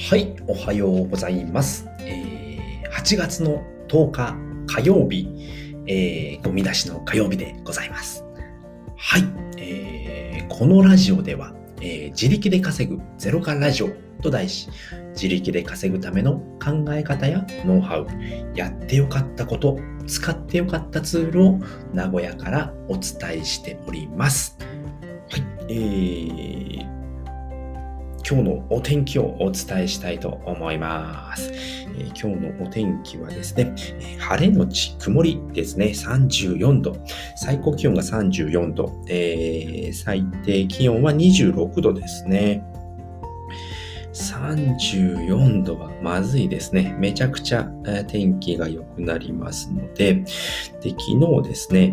はい、おはようございます。8月の10日火曜日、ゴミ出しの火曜日でございます。はい、このラジオでは、自力で稼ぐゼロからラジオと題し、自力で稼ぐための考え方やノウハウ、やってよかったこと、使ってよかったツールを名古屋からお伝えしております。はい、今日のお天気をお伝えしたいと思います。今日のお天気はですね、晴れのち曇りですね、34度。最高気温が34度。最低気温は26度ですね。34度はまずいですね。めちゃくちゃ天気が良くなりますので、昨日ですね、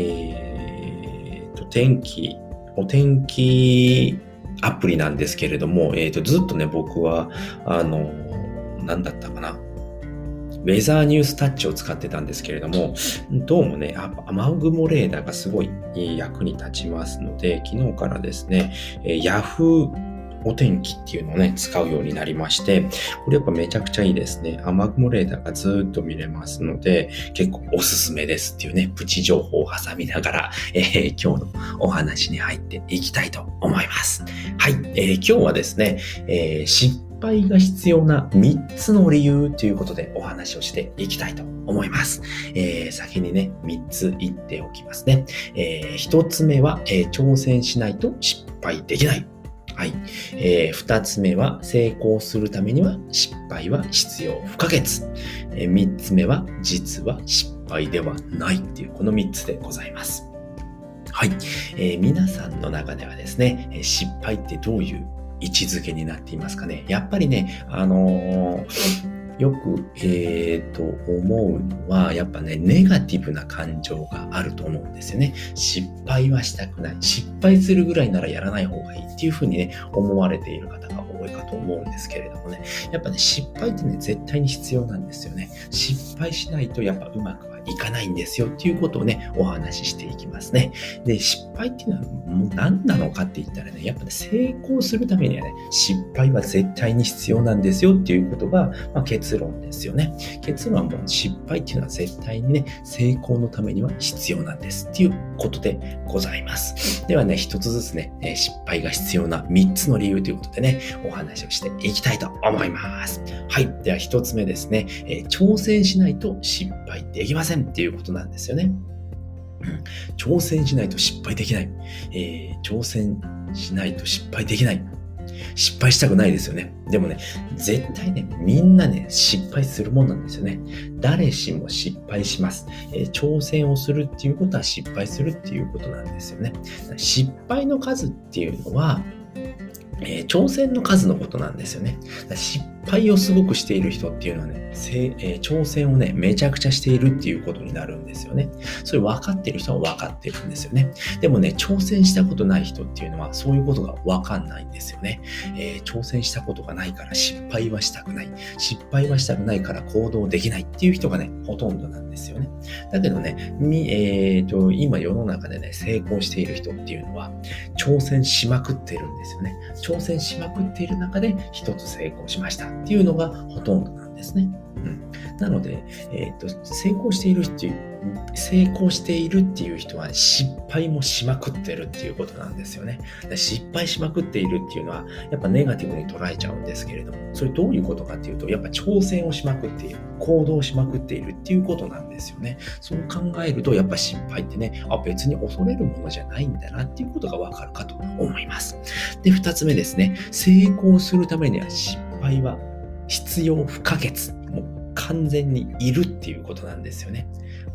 お天気アプリなんですけれども、ずっとね、僕は、何だったかな。ウェザーニュースタッチを使ってたんですけれども、どうもね、雨雲レーダーがすごい役に立ちますので、昨日からですね、Yahooお天気っていうのをね、使うようになりまして、これやっぱめちゃくちゃいいですね。雨雲レーダーがずっと見れますので、結構おすすめですっていうね、プチ情報を挟みながら、今日のお話に入っていきたいと思います。はい、今日はですね、失敗が必要な3つの理由ということでお話をしていきたいと思います。先にね、3つ言っておきますね。1つ目は、挑戦しないと失敗できない。はい。2つ目は成功するためには失敗は必要不可欠。3つ目は実は失敗ではないっていうこの3つでございます。はい。皆さんの中ではですね、失敗ってどういう位置づけになっていますかね。やっぱりね、よく、思うのは、やっぱね、ネガティブな感情があると思うんですよね。失敗はしたくない。失敗するぐらいならやらない方がいいっていうふうにね、思われている方が多いかと思うんですけれどもね。やっぱね、失敗ってね、絶対に必要なんですよね。失敗しないとやっぱうまくはいかないんですよっていうことをね、お話ししていきますね。で、失敗っていうのはもう何なのかって言ったらね、やっぱね、成功するためにはね、失敗は絶対に必要なんですよっていうことが、結論ですよね。結論はもう失敗っていうのは絶対にね、成功のためには必要なんですっていうことでございます。ではね、一つずつね、失敗が必要な3つの理由ということでね、お話をしていきたいと思います。はい。では1つ目ですね、挑戦しないと失敗できませんっていうことなんですよね。挑戦しないと失敗できない。挑戦しないと失敗できない。失敗したくないですよね。でもね、絶対ね、みんなね、失敗するもんなんですよね。誰しも失敗します。挑戦をするっていうことは失敗するっていうことなんですよね。失敗の数っていうのは、挑戦の数のことなんですよね。失敗をすごくしている人っていうのはね、挑戦をね、めちゃくちゃしているっていうことになるんですよね。それ分かっている人は分かってるんですよね。でもね、挑戦したことない人っていうのはそういうことが分かんないんですよね。挑戦したことがないから失敗はしたくない。失敗はしたくないから行動できないっていう人がね、ほとんどなんですよね。だけどね、今世の中でね、成功している人っていうのは挑戦しまくってるんですよね。挑戦しまくっている中で一つ成功しましたっていうのがほとんどなんですね。なので、成功しているっていう人は失敗もしまくってるっていうことなんですよね。失敗しまくっているっていうのはやっぱネガティブに捉えちゃうんですけれども、それどういうことかっていうと、やっぱ挑戦をしまくっている、行動しまくっているっていうことなんですよね。そう考えるとやっぱ失敗ってね、別に恐れるものじゃないんだなっていうことがわかるかと思います。で、2つ目ですね。成功するためには失敗は必要不可欠。もう完全にいるっていうことなんですよね。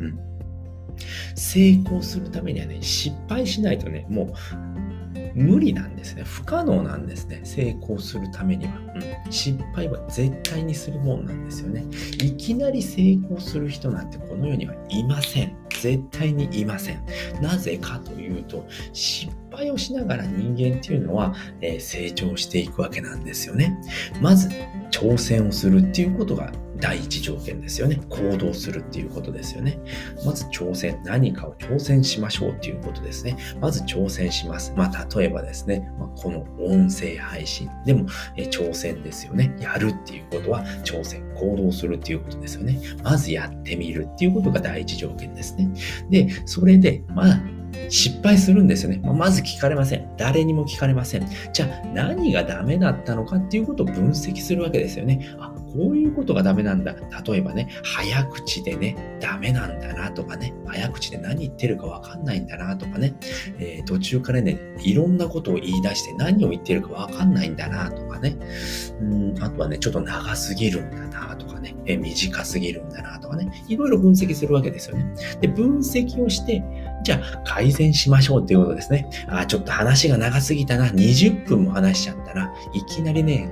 成功するためにはね、失敗しないとね、もう無理なんですね。不可能なんですね。成功するためには。失敗は絶対にするもんなんですよね。いきなり成功する人なんてこの世にはいません。絶対にいません。なぜかというと、失敗をしながら人間っていうのは、成長していくわけなんですよね。まず挑戦をするっていうことが第一条件ですよね。行動するっていうことですよね。まず挑戦、何かを挑戦しましょうっていうことですね。まず挑戦します。例えばですね、この音声配信でも挑戦ですよね。やるっていうことは挑戦、行動するっていうことですよね。まずやってみるっていうことが第一条件ですね。で、それで、失敗するんですよね。まず聞かれません。誰にも聞かれません。じゃあ何がダメだったのかっていうことを分析するわけですよね。こういうことがダメなんだ。例えばね、早口でね、ダメなんだなとかね、早口で何言ってるかわかんないんだなとかね、途中からね、いろんなことを言い出して何を言ってるかわかんないんだなとかね、あとはね、ちょっと長すぎるんだなとかね、短すぎるんだなとかね、いろいろ分析するわけですよね。で、分析をして、じゃあ改善しましょうっていうことですね。ちょっと話が長すぎたな、20分も話しちゃったな、いきなりね、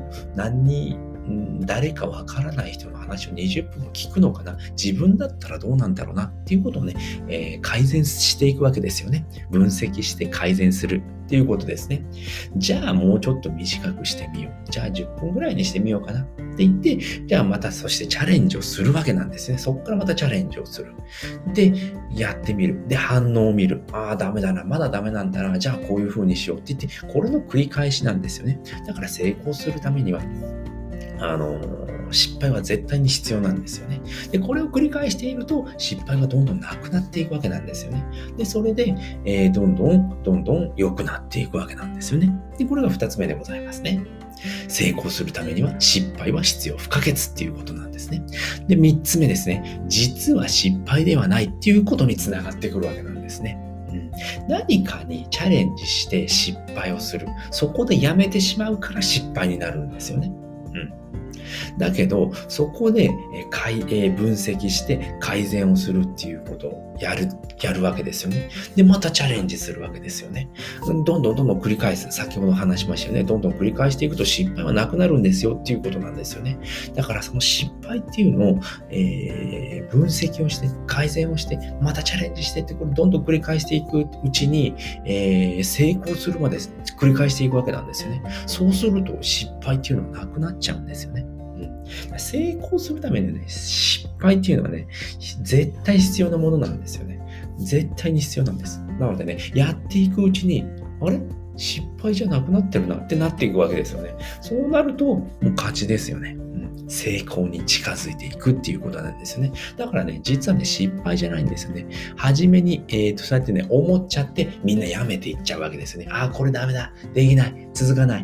誰かわからない人の話を20分も聞くのかな、自分だったらどうなんだろうなっていうことをね、改善していくわけですよね。分析して改善するっていうことですね。じゃあもうちょっと短くしてみよう。じゃあ10分ぐらいにしてみようかなって言って、じゃあまたそしてチャレンジをするわけなんですね。そこからまたチャレンジをする。で、やってみる。で、反応を見る。ダメだな。まだダメなんだな。じゃあこういう風にしようって言って、これの繰り返しなんですよね。だから成功するためには、失敗は絶対に必要なんですよね。で、これを繰り返していると失敗がどんどんなくなっていくわけなんですよね。で、それで、どんどん良くなっていくわけなんですよね。で、これが2つ目でございますね。成功するためには失敗は必要不可欠っていうことなんですね。で、3つ目ですね。実は失敗ではないっていうことにつながってくるわけなんですね。何かにチャレンジして失敗をする。そこでやめてしまうから失敗になるんですよね。だけど、そこで分析して改善をするっていうことをやるわけですよね。で、またチャレンジするわけですよね。どんどん繰り返す。先ほど話しましたよね。どんどん繰り返していくと失敗はなくなるんですよっていうことなんですよね。だからその失敗っていうのを、分析をして、改善をして、またチャレンジしてって、これどんどん繰り返していくうちに、成功するまで繰り返していくわけなんですよね。そうすると失敗っていうのはなくなっちゃうんですよね。成功するためにね、失敗っていうのはね、絶対必要なものなんですよね。絶対に必要なんです。なのでね、やっていくうちに、失敗じゃなくなってるなってなっていくわけですよね。そうなると、もう勝ちですよね。成功に近づいていくっていうことなんですよね。だからね、実はね、失敗じゃないんですよね。初めに、そうやってね、思っちゃって、みんなやめていっちゃうわけですよね。これダメだ。できない。続かない。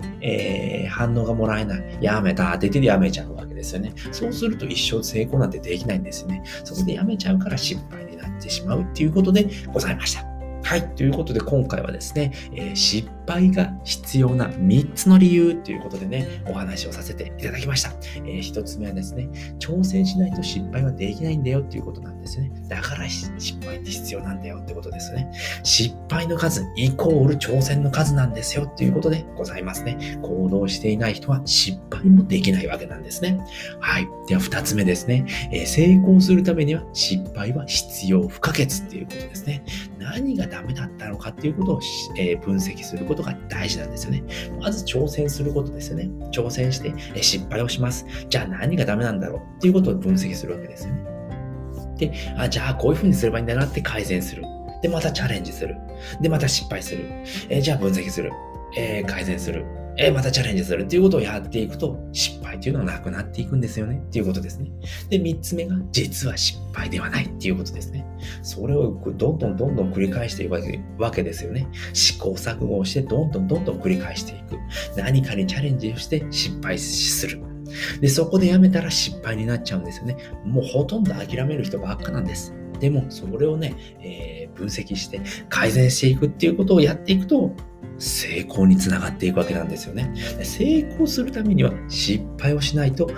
反応がもらえない。やめた。って言ってやめちゃうわけですよね。そうすると一生成功なんてできないんですよね。そこでやめちゃうから失敗になってしまうっていうことでございました。はい。ということで今回はですね、失敗が必要な3つの理由ということでね、お話をさせていただきました。1つ目はですね、挑戦しないと失敗はできないんだよっていうことなんですね。だから失敗って必要なんだよってことですね。失敗の数イコール挑戦の数なんですよっていうことでございますね。行動していない人は失敗もできないわけなんですね。はい。では2つ目ですね、成功するためには失敗は必要不可欠っていうことですね。何がダメだったのかっていうことを、分析することが大事なんですよね。まず挑戦することですよね。挑戦して、失敗をします。じゃあ何がダメなんだろうっていうことを分析するわけですよね。で、じゃあこういうふうにすればいいんだなって改善する。で、またチャレンジする。で、また失敗する。じゃあ分析する。改善する。またチャレンジするっていうことをやっていくと失敗っていうのはなくなっていくんですよねっていうことですね。で、3つ目が実は失敗ではないっていうことですね。それをどんどん繰り返していくわけですよね。試行錯誤をしてどんどん繰り返していく。何かにチャレンジをして失敗する。で、そこでやめたら失敗になっちゃうんですよね。もうほとんど諦める人ばっかなんです。でもそれをね、分析して改善していくっていうことをやっていくと成功につながっていくわけなんですよね。成功するためには失敗をしないと、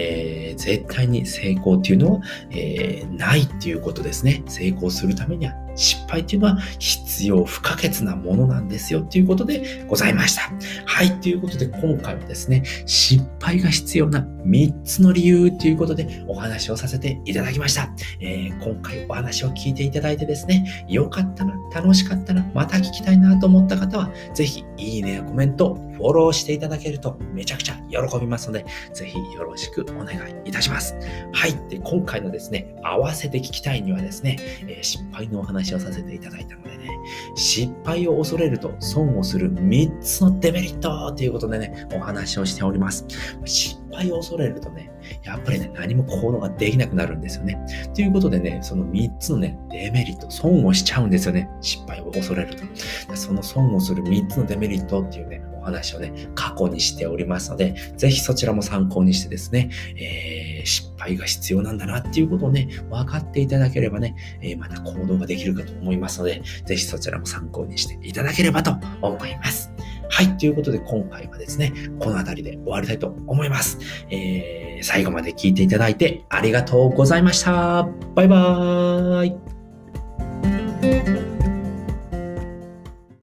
絶対に成功っていうのは、ないっていうことですね。成功するためには失敗っていうのは必要不可欠なものなんですよということでございました。はい、ということで今回はですね、失敗が必要な3つの理由ということでお話をさせていただきました。今回お話を聞いていただいてですね、よかったな、楽しかったな、また聞きたいなと思った方は、ぜひいいねやコメント、フォローしていただけるとめちゃくちゃ喜びますので、ぜひよろしくお願いいたします。はい。で、今回のですね、合わせて聞きたいにはですね、失敗のお話をさせていただいたのでね、失敗を恐れると損をする3つのデメリットということでね、お話をしております。失敗を恐れるとね、やっぱりね、何も行動ができなくなるんですよね。ということでね、その3つのね、デメリット、損をしちゃうんですよね。失敗を恐れると。その損をする3つのデメリットっていうね、お話をね、過去にしておりますので、ぜひそちらも参考にしてですね、失敗が必要なんだなっていうことをね、分かっていただければね、また行動ができるかと思いますので、ぜひそちらも参考にしていただければと思います。はい。ということで今回はですね、この辺りで終わりたいと思います。最後まで聞いていただいてありがとうございました。バイバーイ。